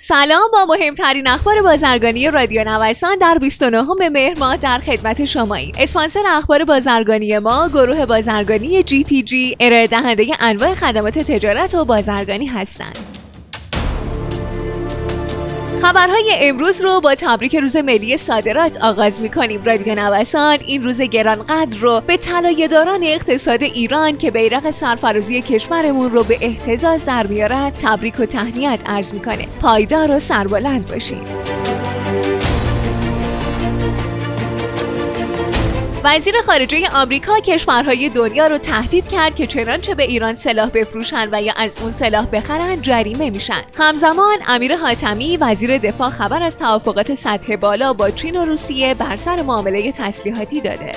سلام، با مهمترین اخبار بازرگانی رادیو نوسان در 29 مهر ماه در خدمت شماییم. اسپانسر اخبار بازرگانی ما گروه بازرگانی GTG ارائه دهنده انواع خدمات تجارت و بازرگانی هستند. خبرهای امروز رو با تبریک روز ملی صادرات آغاز می‌کنیم. رادیو نوسان این روز گرانقدر رو به طلایه‌داران اقتصاد ایران که بیرق سرفرازی کشورمون رو به احتزاز در میارن تبریک و تهنیت عرض می‌کنه. پایدار و سربلند باشید. وزیر خارجه آمریکا کشورهای دنیا رو تهدید کرد که چنانچه به ایران سلاح بفروشن و یا از اون سلاح بخرن جریمه میشن. همزمان امیر حاتمی وزیر دفاع خبر از توافقات سطح بالا با چین و روسیه بر سر معامله تسلیحاتی داده.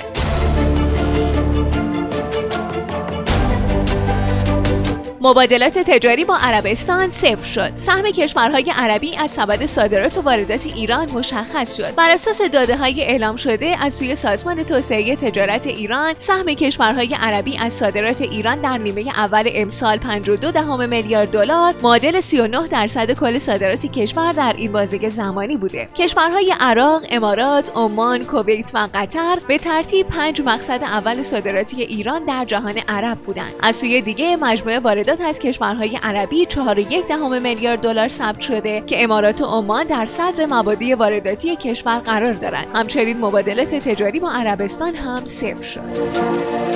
مبادلات تجاری با عربستان صفر شد. سهم کشورهای عربی از سبد صادرات و واردات ایران مشخص شد. بر اساس داده‌های اعلام شده از سوی سازمان توسعه تجارت ایران، سهم کشورهای عربی از صادرات ایران در نیمه اول امسال 52 میلیارد دلار، معادل 39% کل صادرات کشور در این بازه زمانی بوده. کشورهای عراق، امارات، عمان، کویت و قطر به ترتیب 5 مقصد اول صادراتی ایران در جهان عرب بودند. از سوی دیگه مجموع واردات از کشورهای عربی 4.1 میلیارد دلار ثبت شده که امارات و عمان در صدر مبادی وارداتی کشور قرار دارند. همچنین مبادلات تجاری با عربستان هم صفر شد.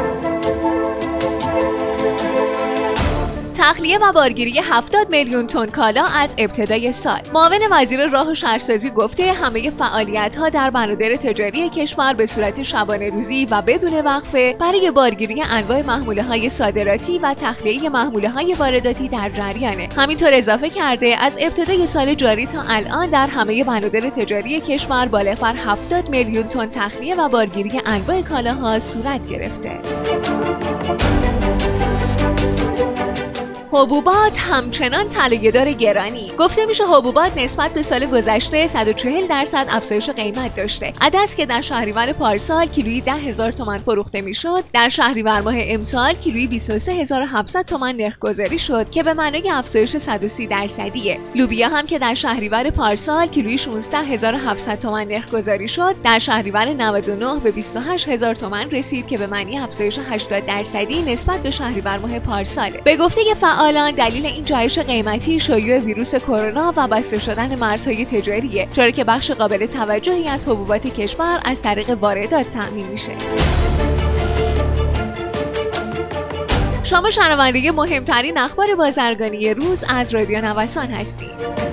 تخلیه و بارگیری 70 میلیون تن کالا از ابتدای سال. معاون وزیر راه و شهرسازی گفته همه فعالیت‌ها در بنادر تجاری کشور به صورت شبانه روزی و بدون وقفه برای بارگیری انواع محموله‌های صادراتی و تخلیه محموله‌های وارداتی در جریانه. همینطور اضافه کرده از ابتدای سال جاری تا الان در همه بنادر تجاری کشور بالغ بر 70 میلیون تن تخلیه و بارگیری انواع کالاها صورت گرفته. حبوبات همچنان طلایه‌دار گرانی. گفته میشه حبوبات نسبت به سال گذشته 140% افزایش قیمت داشته. عدس که در شهریور پارسال کیلویی 10,000 تومان فروخته میشد، در شهریور ماه امسال کیلویی 23,700 تومان نرخ گذاری شد که به معنای افزایش 130%. لوبیا هم که در شهریور پارسال کیلویی 16,700 تومان نرخ گذاری شد، در شهریور 99 به 28,000 تومان رسید که به معنی افزایش 80% نسبت به شهریور ماه پارسال. به گفته فعالان دلیل این جایش قیمتی شیوع ویروس کرونا و بسته شدن مرزهای تجاریه، چرا که بخش قابل توجهی از حبوبات کشور از طریق واردات تامین میشه. شما شنونده مهمترین اخبار بازرگانی روز از رادیو نوسان هستید.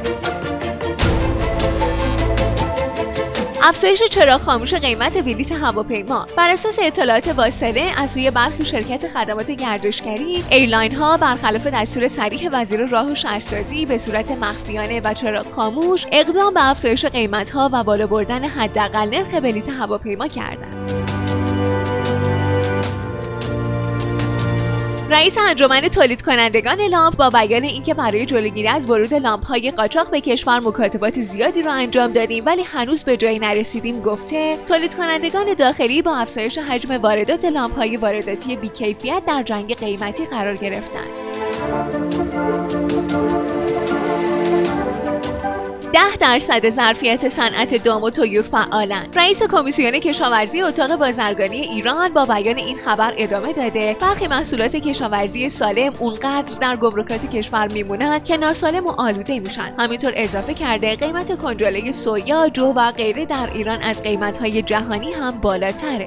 افزایش چراغ خاموش قیمت بلیط هواپیما. بر اساس اطلاعات واصله از سوی برخی شرکت خدمات گردشگری، ایرلاین ها برخلاف دستور صریح وزیر راه و شهرسازی به صورت مخفیانه و چراغ خاموش اقدام به افزایش قیمت ها و بالا بردن حداقل نرخ بلیط هواپیما کردند. رئیس انجمن تولید کنندگان لامپ با بیان اینکه برای جلوگیری از ورود لامپ‌های قاچاق به کشور مکاتبات زیادی را انجام دادیم ولی هنوز به جایی نرسیدیم گفته تولید کنندگان داخلی با افزایش حجم واردات لامپ‌های وارداتی بی‌کیفیت در جنگ قیمتی قرار گرفتند. 10% ظرفیت صنعت دام و طیور فعالند. رئیس کمیسیون کشاورزی اتاق بازرگانی ایران با بیان این خبر ادامه داده برخی محصولات کشاورزی سالم اونقدر در گمرکات کشور میمونند که ناسالم و آلوده میشن. همینطور اضافه کرده قیمت کنجاله سویا، جو و غیره در ایران از قیمت‌های جهانی هم بالاتره.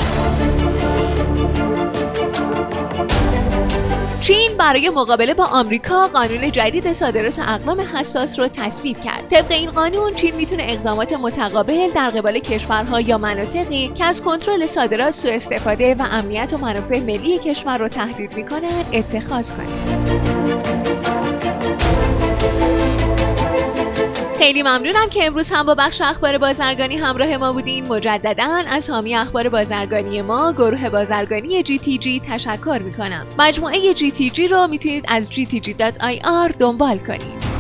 چین برای مقابله با آمریکا قانون جدید صادرات اقلام حساس رو تصویب کرد. طبق این قانون چین میتونه اقدامات متقابل در قبال کشورها یا مناطقی که از کنترل صادرات سوء استفاده و امنیت و منافع ملی کشور رو تهدید میکنن اتخاذ کنه. خیلی ممنونم که امروز هم با بخش اخبار بازرگانی همراه ما بودین. مجدداً از حامی اخبار بازرگانی ما گروه بازرگانی GTG تشکر میکنم. مجموعه GTG رو میتونید از gtg.ir دنبال کنید.